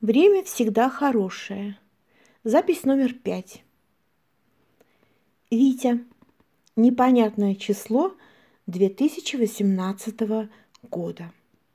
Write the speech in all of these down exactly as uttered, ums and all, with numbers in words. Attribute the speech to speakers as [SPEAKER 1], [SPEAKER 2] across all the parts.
[SPEAKER 1] Время всегда хорошее. Запись номер пять. Витя. Непонятное число две тысячи восемнадцатого года.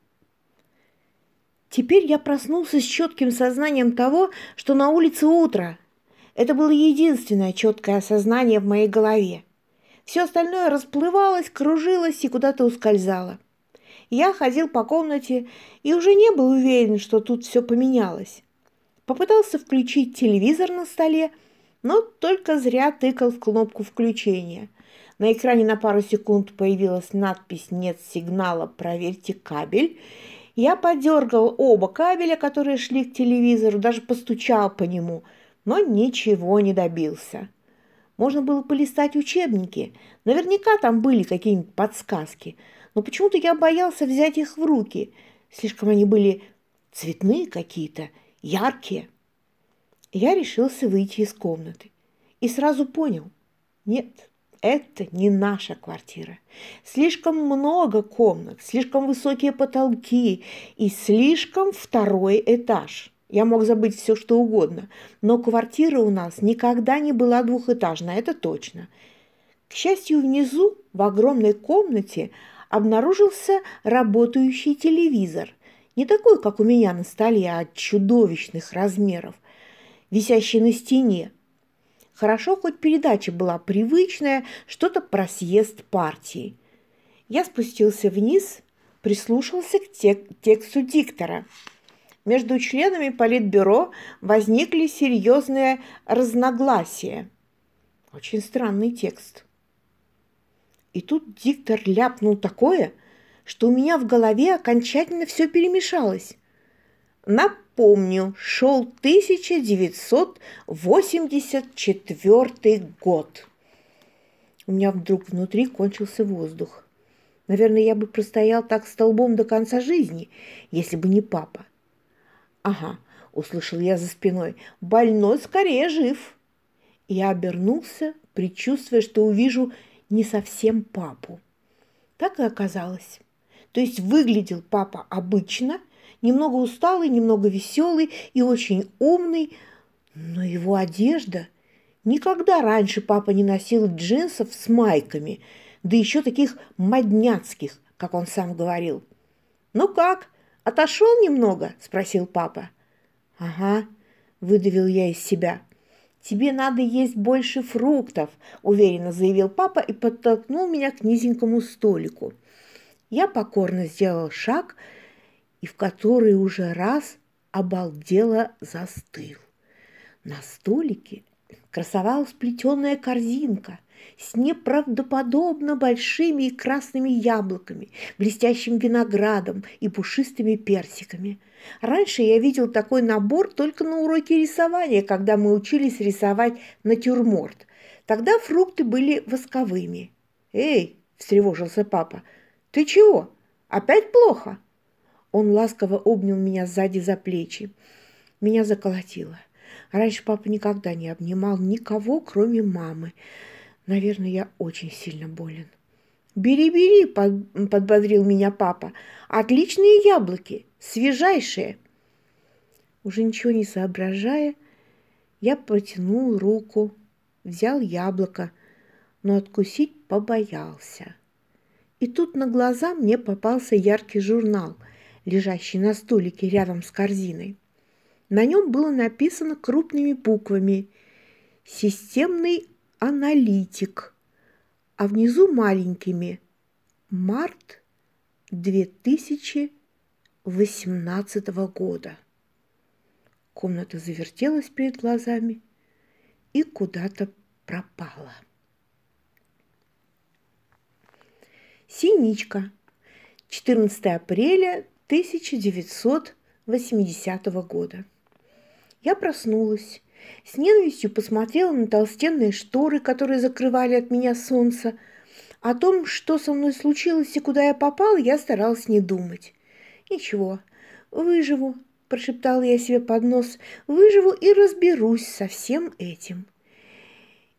[SPEAKER 1] Теперь я проснулся с четким сознанием того, что на улице утро. Это было единственное четкое осознание в моей голове. Все остальное расплывалось, кружилось и куда-то ускользало. Я ходил по комнате и уже не был уверен, что тут все поменялось. Попытался включить телевизор на столе, но только зря тыкал в кнопку включения. На экране на пару секунд появилась надпись «Нет сигнала, проверьте кабель». Я подергал оба кабеля, которые шли к телевизору, даже постучал по нему, но ничего не добился. Можно было полистать учебники, наверняка там были какие-нибудь подсказки, но почему-то я боялся взять их в руки. Слишком они были цветные какие-то, яркие. Я решился выйти из комнаты и сразу понял: нет, это не наша квартира. Слишком много комнат, слишком высокие потолки и слишком второй этаж. Я мог забыть все, что угодно, но квартира у нас никогда не была двухэтажной, это точно. К счастью, внизу, в огромной комнате, обнаружился работающий телевизор. Не такой, как у меня на столе, а чудовищных размеров, висящий на стене. Хорошо, хоть передача была привычная, что-то про съезд партии. Я спустился вниз, прислушался к тек- тексту диктора. Между членами Политбюро возникли серьезные разногласия. Очень странный текст. И тут диктор ляпнул такое, что у меня в голове окончательно все перемешалось. Напомню, шел тысяча девятьсот восемьдесят четвёртый год. У меня вдруг внутри кончился воздух. Наверное, я бы простоял так столбом до конца жизни, если бы не папа. «Ага», — услышал я за спиной, — «больной скорее жив». Я обернулся, предчувствуя, что увижу не совсем папу. Так и оказалось. То есть выглядел папа обычно, немного усталый, немного веселый и очень умный, но его одежда... Никогда раньше папа не носил джинсов с майками, да еще таких модняцких, как он сам говорил. «Ну как, отошел немного?» – спросил папа. «Ага», – выдавил я из себя. «Тебе надо есть больше фруктов», – уверенно заявил папа и подтолкнул меня к низенькому столику. Я покорно сделал шаг и в который уже раз обалдело застыл. На столике красовалась плетеная корзинка с неправдоподобно большими и красными яблоками, блестящим виноградом и пушистыми персиками. Раньше я видел такой набор только на уроке рисования, когда мы учились рисовать натюрморт. Тогда фрукты были восковыми. «Эй!» – встревожился папа. «Ты чего? Опять плохо?» Он ласково обнял меня сзади за плечи. Меня заколотило. Раньше папа никогда не обнимал никого, кроме мамы. Наверное, я очень сильно болен. «Бери, бери!» – подбодрил меня папа. «Отличные яблоки, свежайшие!» Уже ничего не соображая, я протянул руку, взял яблоко, но откусить побоялся. И тут на глаза мне попался яркий журнал, лежащий на столике рядом с корзиной. На нем было написано крупными буквами «Системный аналитик», а внизу маленькими «Март две тысячи восемнадцатого года». Комната завертелась перед глазами и куда-то пропала. Синичка. четырнадцатое апреля тысяча девятьсот восьмидесятого года. Я проснулась, с ненавистью посмотрела на толстенные шторы, которые закрывали от меня солнце. О том, что со мной случилось и куда я попала, я старалась не думать. «Ничего, выживу», – прошептала я себе под нос, – «выживу и разберусь со всем этим».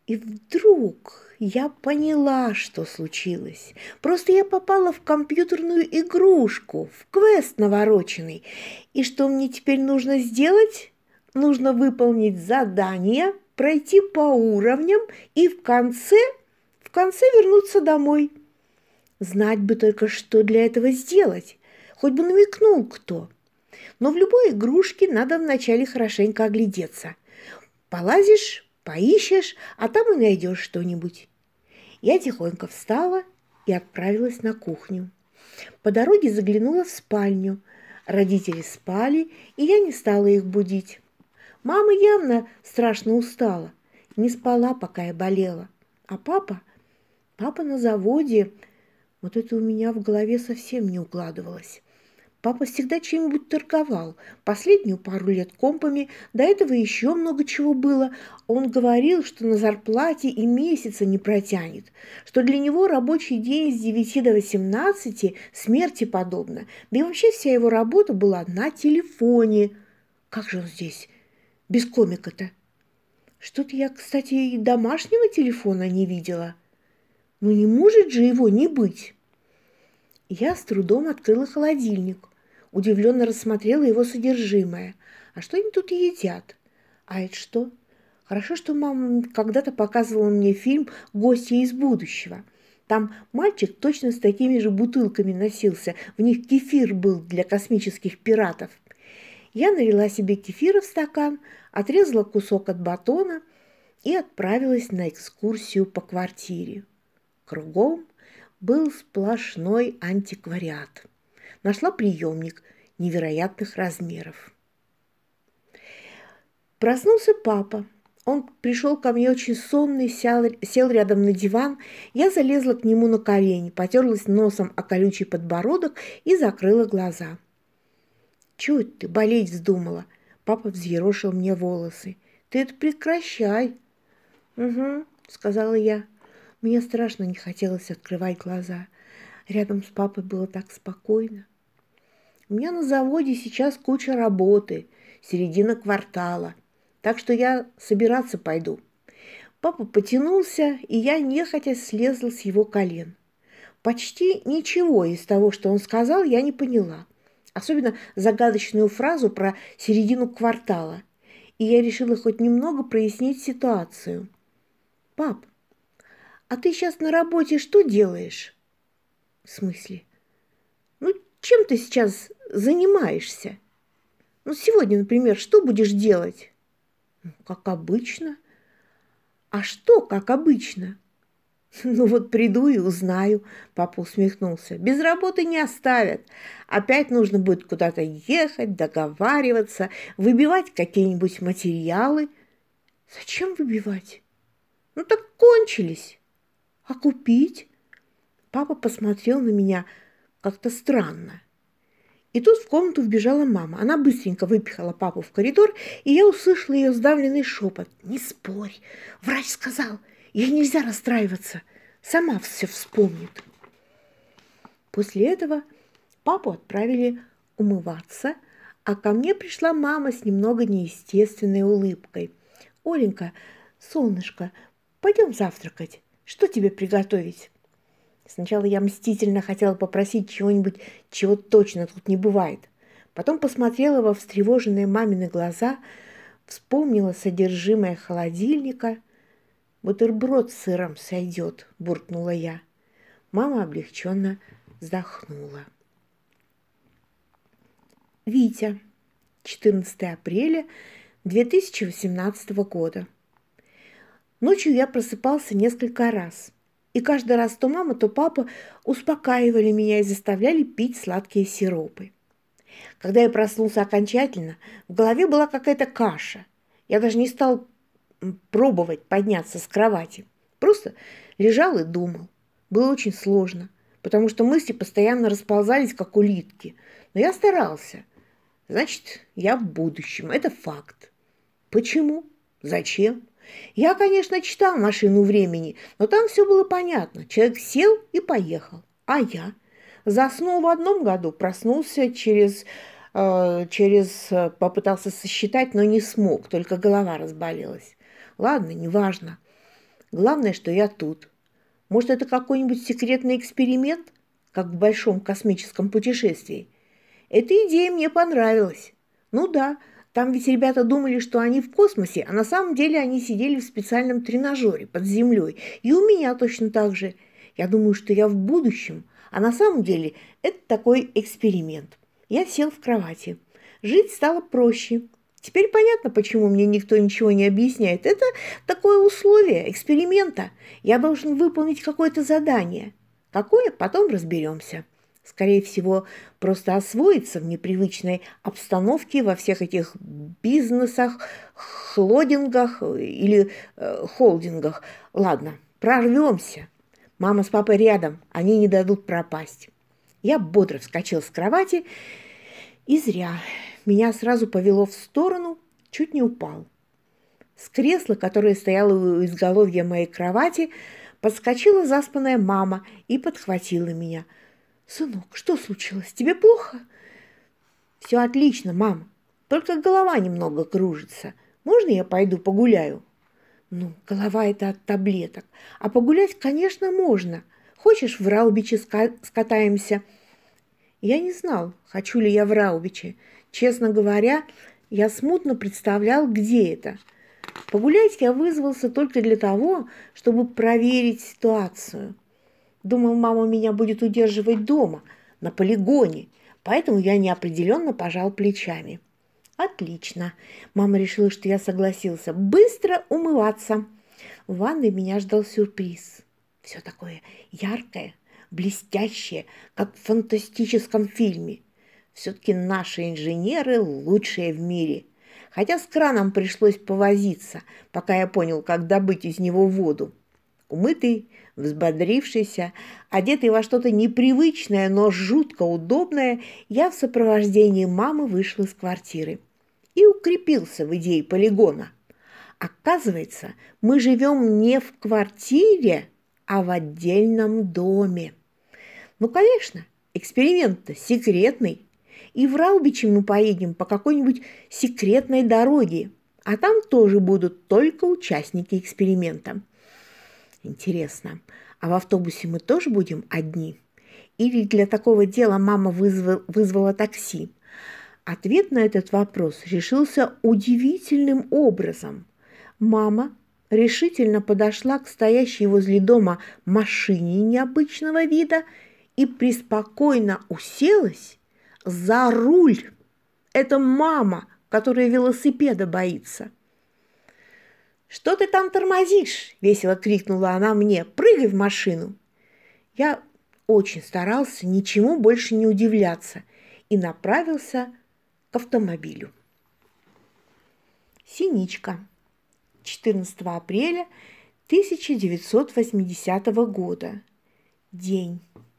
[SPEAKER 1] И вдруг я поняла, что случилось. Просто я попала в компьютерную игрушку, в квест навороченный. И что мне теперь нужно сделать? Нужно выполнить задание, пройти по уровням и в конце, в конце вернуться домой. Знать бы только, что для этого сделать. Хоть бы намекнул кто. Но в любой игрушке надо вначале хорошенько оглядеться. Полазишь, поищешь, а там и найдешь что-нибудь. Я тихонько встала и отправилась на кухню. По дороге заглянула в спальню. Родители спали, и я не стала их будить. Мама явно страшно устала, не спала, пока я болела. А папа? Папа на заводе. Вот это у меня в голове совсем не укладывалось. Папа всегда чем-нибудь торговал. Последнюю пару лет компами, до этого еще много чего было. Он говорил, что на зарплате и месяца не протянет, что для него рабочий день с девяти до восемнадцати смерти подобно. Да и вообще вся его работа была на телефоне. Как же он здесь без комика-то? Что-то я, кстати, и домашнего телефона не видела. Ну не может же его не быть. Я с трудом открыла холодильник. Удивленно рассмотрела его содержимое. А что они тут едят? А это что? Хорошо, что мама когда-то показывала мне фильм «Гости из будущего». Там мальчик точно с такими же бутылками носился. В них кефир был для космических пиратов. Я налила себе кефира в стакан, отрезала кусок от батона и отправилась на экскурсию по квартире. Кругом был сплошной антиквариат. Нашла приемник невероятных размеров. Проснулся папа. Он пришел ко мне очень сонный, сел, сел рядом на диван. Я залезла к нему на колени, потерлась носом о колючий подбородок и закрыла глаза. «Чего это ты болеть вздумала?» Папа взъерошил мне волосы. «Ты это прекращай!» «Угу», — сказала я. Мне страшно не хотелось открывать глаза. Рядом с папой было так спокойно. У меня на заводе сейчас куча работы, середина квартала, так что я собираться пойду. Папа потянулся, и я нехотя слезла с его колен. Почти ничего из того, что он сказал, я не поняла. Особенно загадочную фразу про середину квартала. И я решила хоть немного прояснить ситуацию. «Пап, а ты сейчас на работе что делаешь?» «В смысле? Ну, чем ты сейчас занимаешься? Ну, сегодня, например, что будешь делать?» «Как обычно». «А что, как обычно?» «Ну вот приду и узнаю», – папа усмехнулся. «Без работы не оставят. Опять нужно будет куда-то ехать, договариваться, выбивать какие-нибудь материалы». «Зачем выбивать?» «Ну так кончились». «А купить?» Папа посмотрел на меня как-то странно. И тут в комнату вбежала мама. Она быстренько выпихала папу в коридор, и я услышала ее сдавленный шепот. «Не спорь, врач сказал, ей нельзя расстраиваться, сама все вспомнит». После этого папу отправили умываться, а ко мне пришла мама с немного неестественной улыбкой. «Оленька, солнышко, пойдем завтракать. Что тебе приготовить?» Сначала я мстительно хотела попросить чего-нибудь, чего точно тут не бывает. Потом посмотрела во встревоженные мамины глаза, вспомнила содержимое холодильника. «Бутерброд с сыром сойдет», – буркнула я. Мама облегченно вздохнула. Витя. четырнадцатое апреля две тысячи восемнадцатого года. Ночью я просыпался несколько раз. И каждый раз то мама, то папа успокаивали меня и заставляли пить сладкие сиропы. Когда я проснулся окончательно, в голове была какая-то каша. Я даже не стал пробовать подняться с кровати. Просто лежал и думал. Было очень сложно, потому что мысли постоянно расползались, как улитки. Но я старался. Значит, я в будущем. Это факт. Почему? Зачем? Я, конечно, читал «Машину времени», но там все было понятно. Человек сел и поехал. А я заснул в одном году, проснулся через, э, через попытался сосчитать, но не смог, только голова разболелась. Ладно, неважно. Главное, что я тут. Может, это какой-нибудь секретный эксперимент, как в большом космическом путешествии? Эта идея мне понравилась. Ну да, там ведь ребята думали, что они в космосе, а на самом деле они сидели в специальном тренажере под землей. И у меня точно так же. Я думаю, что я в будущем, а на самом деле это такой эксперимент. Я сел в кровати. Жить стало проще. Теперь понятно, почему мне никто ничего не объясняет. Это такое условие эксперимента. Я должен выполнить какое-то задание. Какое? Потом разберемся. Скорее всего, просто освоиться в непривычной обстановке во всех этих бизнесах, хлодингах или э, холдингах. Ладно, прорвемся. Мама с папой рядом, они не дадут пропасть. Я бодро вскочил с кровати, и зря. Меня сразу повело в сторону, чуть не упал. С кресла, которое стояло у изголовья моей кровати, подскочила заспанная мама и подхватила меня. «Сынок, что случилось? Тебе плохо?» «Все отлично, мама. Только голова немного кружится. Можно я пойду погуляю?» «Ну, голова это от таблеток. А погулять, конечно, можно. Хочешь, в Раубиче скатаемся?» Я не знал, хочу ли я в Раубиче. Честно говоря, я смутно представлял, где это. Погулять я вызвался только для того, чтобы проверить ситуацию. Думал, мама меня будет удерживать дома, на полигоне, поэтому я неопределенно пожал плечами. Отлично. Мама решила, что я согласился. Быстро умываться. В ванной меня ждал сюрприз. Все такое яркое, блестящее, как в фантастическом фильме. Все-таки наши инженеры лучшие в мире. Хотя с краном пришлось повозиться, пока я понял, как добыть из него воду. Умытый, взбодрившийся, одетый во что-то непривычное, но жутко удобное, я в сопровождении мамы вышел из квартиры и укрепился в идее полигона. Оказывается, мы живем не в квартире, а в отдельном доме. Ну, конечно, эксперимент-то секретный. И в Раубиче мы поедем по какой-нибудь секретной дороге, а там тоже будут только участники эксперимента. Интересно, а в автобусе мы тоже будем одни? Или для такого дела мама вызвала, вызвала такси? Ответ на этот вопрос решился удивительным образом. Мама решительно подошла к стоящей возле дома машине необычного вида и преспокойно уселась за руль. Это мама, которая велосипеда боится. «Что ты там тормозишь?» – весело крикнула она мне. «Прыгай в машину!» Я очень старался ничему больше не удивляться и направился к автомобилю. Синичка. четырнадцатого апреля тысяча девятьсот восьмидесятого года. День.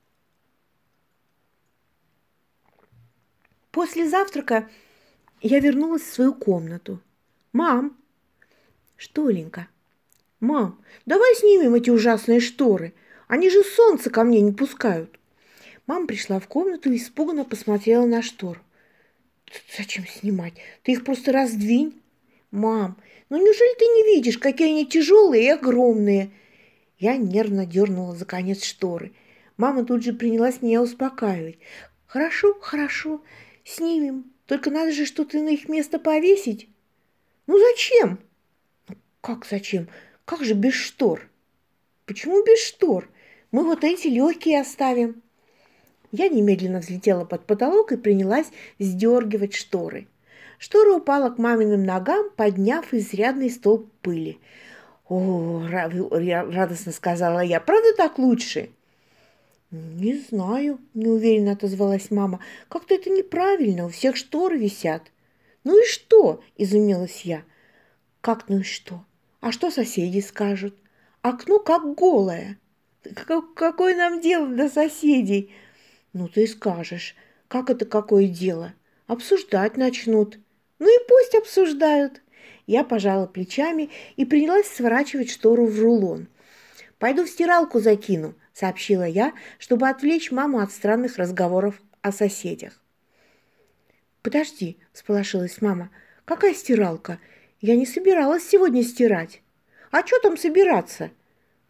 [SPEAKER 1] После завтрака я вернулась в свою комнату. «Мам!» «Что, Ленька?» «Мам, давай снимем эти ужасные шторы. Они же солнце ко мне не пускают». Мама пришла в комнату и испуганно посмотрела на штору. «Зачем снимать? Ты их просто раздвинь». «Мам, ну неужели ты не видишь, какие они тяжелые и огромные?» Я нервно дернула за конец шторы. Мама тут же принялась меня успокаивать. «Хорошо, хорошо, снимем. Только надо же что-то на их место повесить». «Ну зачем?» «Ну как зачем? Как же без штор?» «Почему без штор? Мы вот эти легкие оставим». Я немедленно взлетела под потолок и принялась сдергивать шторы. Штора упала к маминым ногам, подняв изрядный столб пыли. «О, радостно сказала я, правда так лучше?» «Не знаю», – неуверенно отозвалась мама. «Как-то это неправильно, у всех шторы висят». «Ну и что?» – изумилась я. «Как ну и что? А что соседи скажут? Окно как голое. Какое нам дело до соседей?» «Ну ты скажешь, как это какое дело? Обсуждать начнут». «Ну и пусть обсуждают». Я пожала плечами и принялась сворачивать штору в рулон. «Пойду в стиралку закину», – сообщила я, чтобы отвлечь маму от странных разговоров о соседях. «Подожди», – всполошилась мама, – «какая стиралка? Я не собиралась сегодня стирать». «А что там собираться?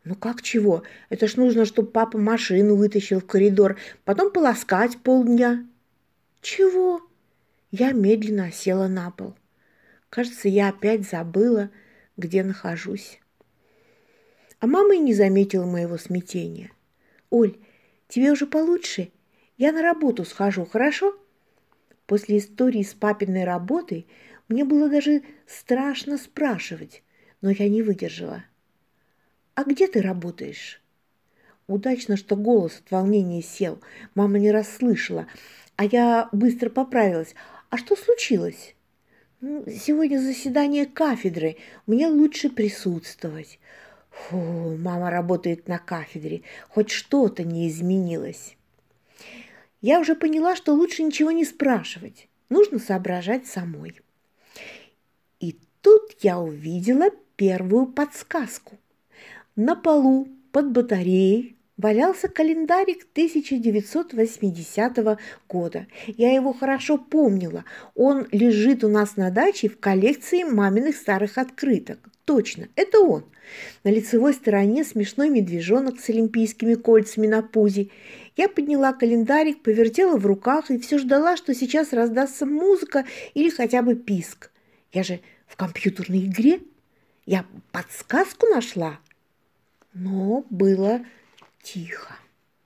[SPEAKER 1] Ну как чего? Это ж нужно, чтобы папа машину вытащил в коридор, потом полоскать полдня. Чего? Я медленно села на пол. Кажется, я опять забыла, где нахожусь. А мама и не заметила моего смятения. «Оль, тебе уже получше? Я на работу схожу, хорошо?» После истории с папиной работой мне было даже страшно спрашивать, но я не выдержала. «А где ты работаешь?» Удачно, что голос от волнения сел. Мама не расслышала, а я быстро поправилась. «А что случилось?» «Ну, сегодня заседание кафедры. Мне лучше присутствовать». Фу, мама работает на кафедре. Хоть что-то не изменилось. Я уже поняла, что лучше ничего не спрашивать. Нужно соображать самой. И тут я увидела первую подсказку. На полу под батареей валялся календарик тысяча девятьсот восьмидесятого года. Я его хорошо помнила. Он лежит у нас на даче в коллекции маминых старых открыток. Точно, это он. На лицевой стороне смешной медвежонок с олимпийскими кольцами на пузе. Я подняла календарик, повертела в руках и все ждала, что сейчас раздастся музыка или хотя бы писк. Я же в компьютерной игре. Я подсказку нашла. Но было тихо.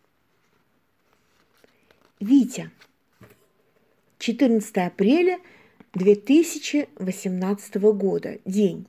[SPEAKER 1] Витя. четырнадцатое апреля две тысячи восемнадцатого года. День.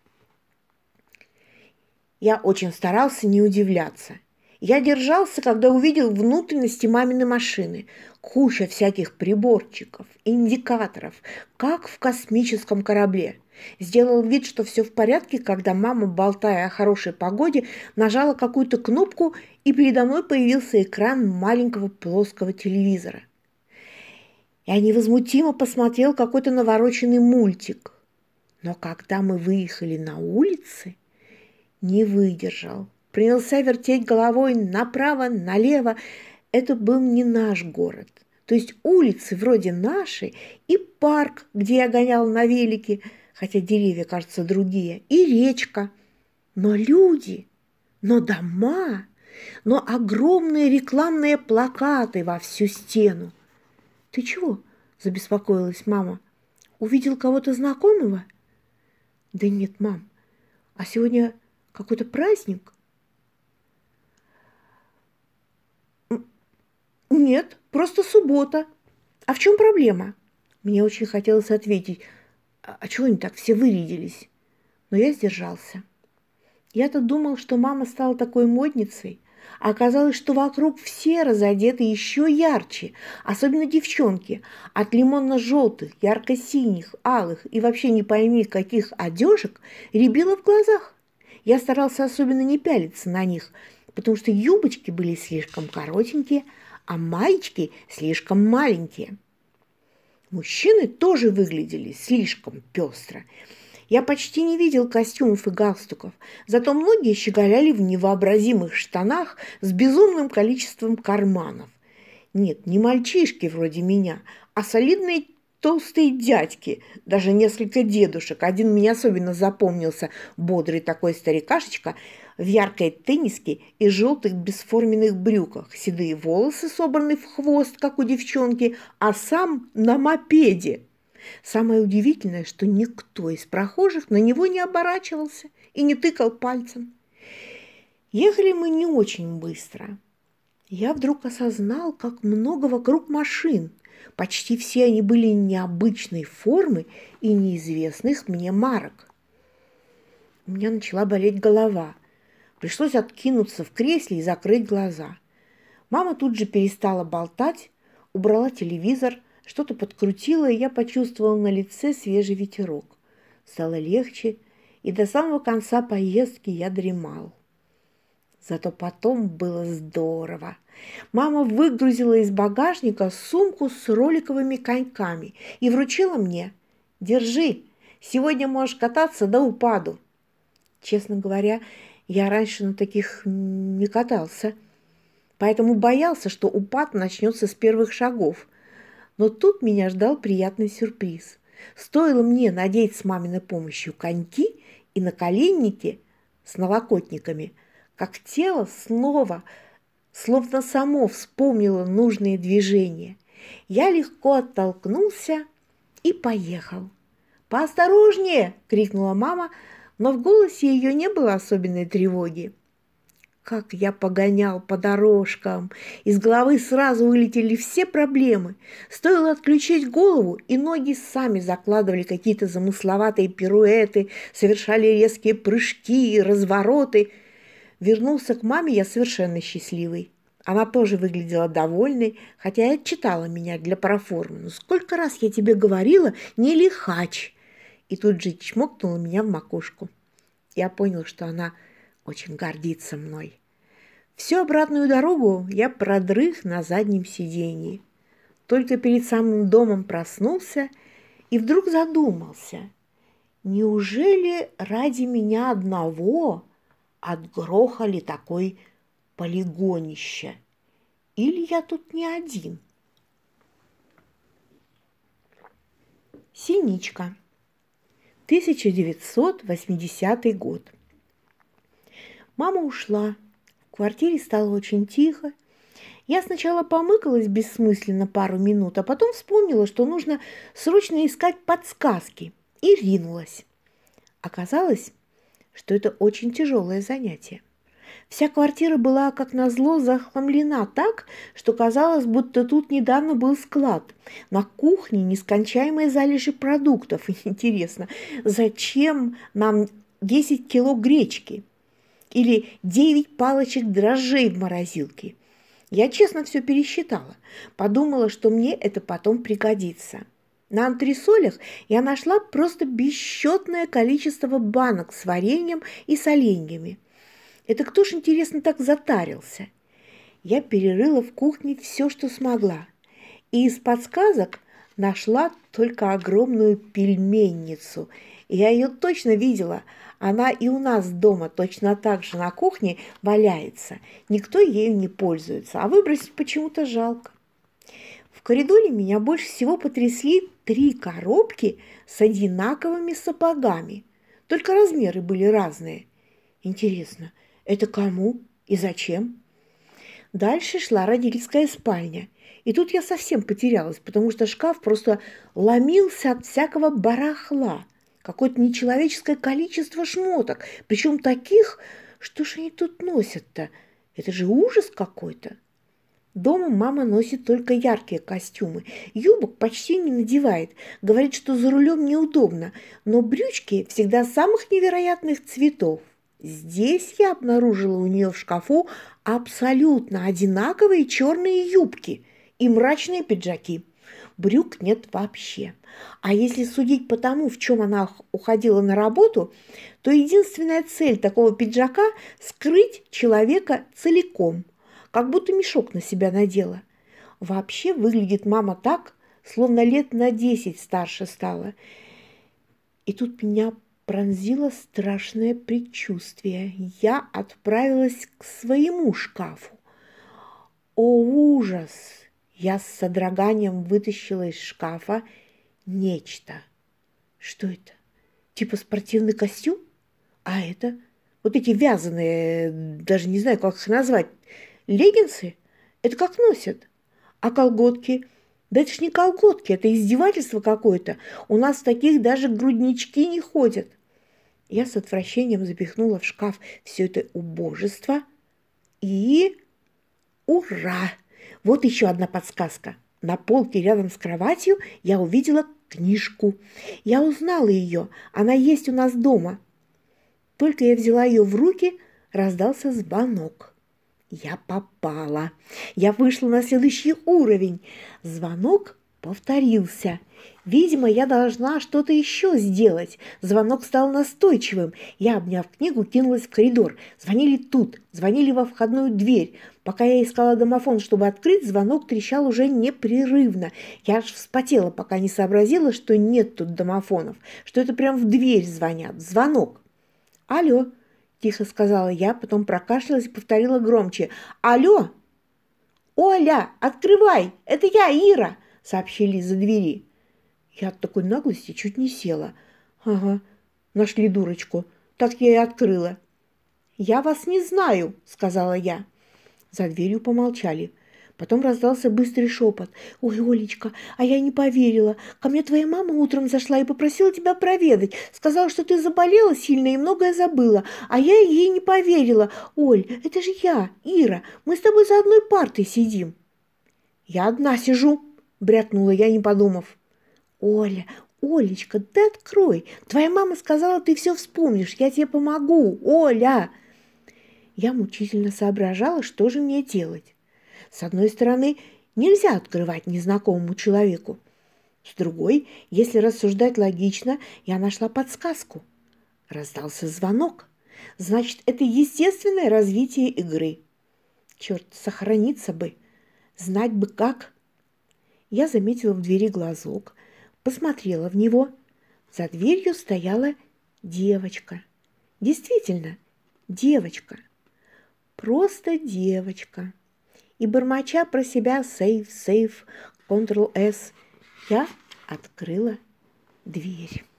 [SPEAKER 1] Я очень старался не удивляться. Я держался, когда увидел внутренности маминой машины. Куча всяких приборчиков, индикаторов, как в космическом корабле. Сделал вид, что все в порядке, когда мама, болтая о хорошей погоде, нажала какую-то кнопку, и передо мной появился экран маленького плоского телевизора. Я невозмутимо посмотрел какой-то навороченный мультик. Но когда мы выехали на улицы, не выдержал. Принялся вертеть головой направо, налево. Это был не наш город. То есть улицы вроде нашей, и парк, где я гонял на велике, хотя деревья, кажется, другие, и речка. Но люди, но дома, но огромные рекламные плакаты во всю стену. «Ты чего?» – забеспокоилась мама. «Увидел кого-то знакомого?» «Да нет, мам, а сегодня какой-то праздник?» «Нет, просто суббота. А в чем проблема?» Мне очень хотелось ответить, а чего они так все вырядились? Но я сдержался. Я-то думал, что мама стала такой модницей, а оказалось, что вокруг все разодеты еще ярче, особенно девчонки, от лимонно-желтых, ярко-синих, алых и вообще не пойми каких одежек рябило в глазах. Я старался особенно не пялиться на них, потому что юбочки были слишком коротенькие, а маечки слишком маленькие. Мужчины тоже выглядели слишком пестро. Я почти не видел костюмов и галстуков, зато многие щеголяли в невообразимых штанах с безумным количеством карманов. Нет, не мальчишки вроде меня, а солидные толстые дядьки, даже несколько дедушек. Один мне особенно запомнился, бодрый такой старикашечка в яркой тенниске и желтых бесформенных брюках, седые волосы собраны в хвост, как у девчонки, а сам на мопеде. Самое удивительное, что никто из прохожих на него не оборачивался и не тыкал пальцем. Ехали мы не очень быстро. Я вдруг осознал, как много вокруг машин. Почти все они были необычной формы и неизвестных мне марок. У меня начала болеть голова. Пришлось откинуться в кресле и закрыть глаза. Мама тут же перестала болтать, убрала телевизор, что-то подкрутила, и я почувствовала на лице свежий ветерок. Стало легче, и до самого конца поездки я дремал. Зато потом было здорово. Мама выгрузила из багажника сумку с роликовыми коньками и вручила мне. «Держи, сегодня можешь кататься до упаду». Честно говоря, я раньше на таких не катался, поэтому боялся, что упад начнется с первых шагов. Но тут меня ждал приятный сюрприз. Стоило мне надеть с маминой помощью коньки и наколенники с налокотниками, как тело снова, словно само вспомнило нужные движения. Я легко оттолкнулся и поехал. «Поосторожнее!» – крикнула мама, но в голосе ее не было особенной тревоги. Как я погонял по дорожкам! Из головы сразу вылетели все проблемы. Стоило отключить голову, и ноги сами закладывали какие-то замысловатые пируэты, совершали резкие прыжки и развороты. Вернулся к маме я совершенно счастливый. Она тоже выглядела довольной, хотя и отчитала меня для проформы. «Ну сколько раз я тебе говорила, не лихач!» И тут же чмокнула меня в макушку. Я понял, что она очень гордится мной. Всю обратную дорогу я продрых на заднем сиденье. Только перед самым домом проснулся и вдруг задумался. Неужели ради меня одного отгрохали такой полигонище? Или я тут не один? Синичка. тысяча девятьсот восьмидесятый год. Мама ушла. В квартире стало очень тихо. Я сначала помыкалась бессмысленно пару минут, а потом вспомнила, что нужно срочно искать подсказки, и ринулась. Оказалось, что это очень тяжелое занятие. Вся квартира была, как назло, захламлена так, что казалось, будто тут недавно был склад. На кухне нескончаемые залежи продуктов. Интересно, зачем нам десять кило гречки? Или девять палочек дрожжей в морозилке? Я честно все пересчитала. Подумала, что мне это потом пригодится. На антресолях я нашла просто бесчетное количество банок с вареньем и соленьями. Это кто ж, интересно, так затарился? Я перерыла в кухне все, что смогла. И из подсказок нашла только огромную пельменницу. Я ее точно видела. Она и у нас дома точно так же на кухне валяется. Никто ею не пользуется, а выбросить почему-то жалко. В коридоре меня больше всего потрясли три коробки с одинаковыми сапогами. Только размеры были разные. Интересно, это кому и зачем? Дальше шла родительская спальня. И тут я совсем потерялась, потому что шкаф просто ломился от всякого барахла. Какое-то нечеловеческое количество шмоток, причем таких, что ж они тут носят-то? Это же ужас какой-то. Дома мама носит только яркие костюмы, юбок почти не надевает, говорит, что за рулем неудобно, но брючки всегда самых невероятных цветов. Здесь я обнаружила у нее в шкафу абсолютно одинаковые черные юбки и мрачные пиджаки. Брюк нет вообще. А если судить по тому, в чем она уходила на работу, то единственная цель такого пиджака – скрыть человека целиком, как будто мешок на себя надела. Вообще выглядит мама так, словно лет на десять старше стала. И тут меня пронзило страшное предчувствие. Я отправилась к своему шкафу. О, ужас! Я с содроганием вытащила из шкафа нечто. Что это? Типа спортивный костюм? А это? Вот эти вязаные, даже не знаю, как их назвать, леггинсы? Это как носят? А колготки? Да это ж не колготки, это издевательство какое-то. У нас таких даже груднички не ходят. Я с отвращением запихнула в шкаф все это убожество и... Ура! Вот еще одна подсказка. На полке рядом с кроватью я увидела книжку. Я узнала ее. Она есть у нас дома. Только я взяла ее в руки, раздался звонок. Я попала. Я вышла на следующий уровень. Звонок повторился. Видимо, я должна что-то еще сделать. Звонок стал настойчивым. Я, обняв книгу, кинулась в коридор. Звонили тут, звонили во входную дверь. Пока я искала домофон, чтобы открыть, звонок трещал уже непрерывно. Я аж вспотела, пока не сообразила, что нет тут домофонов, что это прям в дверь звонят. Звонок. «Алло», – тихо сказала я, потом прокашлялась и повторила громче. «Алло!» «Оля, открывай! Это я, Ира!» – сообщили из-за двери. Я от такой наглости чуть не села. Ага, нашли дурочку. Так я и открыла. «Я вас не знаю», — сказала я. За дверью помолчали. Потом раздался быстрый шепот. «Ой, Олечка, а я не поверила. Ко мне твоя мама утром зашла и попросила тебя проведать. Сказала, что ты заболела сильно и многое забыла. А я ей не поверила. Оль, это же я, Ира. Мы с тобой за одной партой сидим». «Я одна сижу», — брякнула я, не подумав. «Оля, Олечка, да открой. Твоя мама сказала, ты все вспомнишь. Я тебе помогу, Оля». Я мучительно соображала, что же мне делать. С одной стороны, нельзя открывать незнакомому человеку. С другой, если рассуждать логично, я нашла подсказку. Раздался звонок. Значит, это естественное развитие игры. Черт, сохраниться бы. Знать бы как. Я заметила в двери глазок, посмотрела в него. За дверью стояла девочка. Действительно, девочка. Просто девочка. И бормоча про себя «сейв, сейв», контрол эс, я открыла дверь.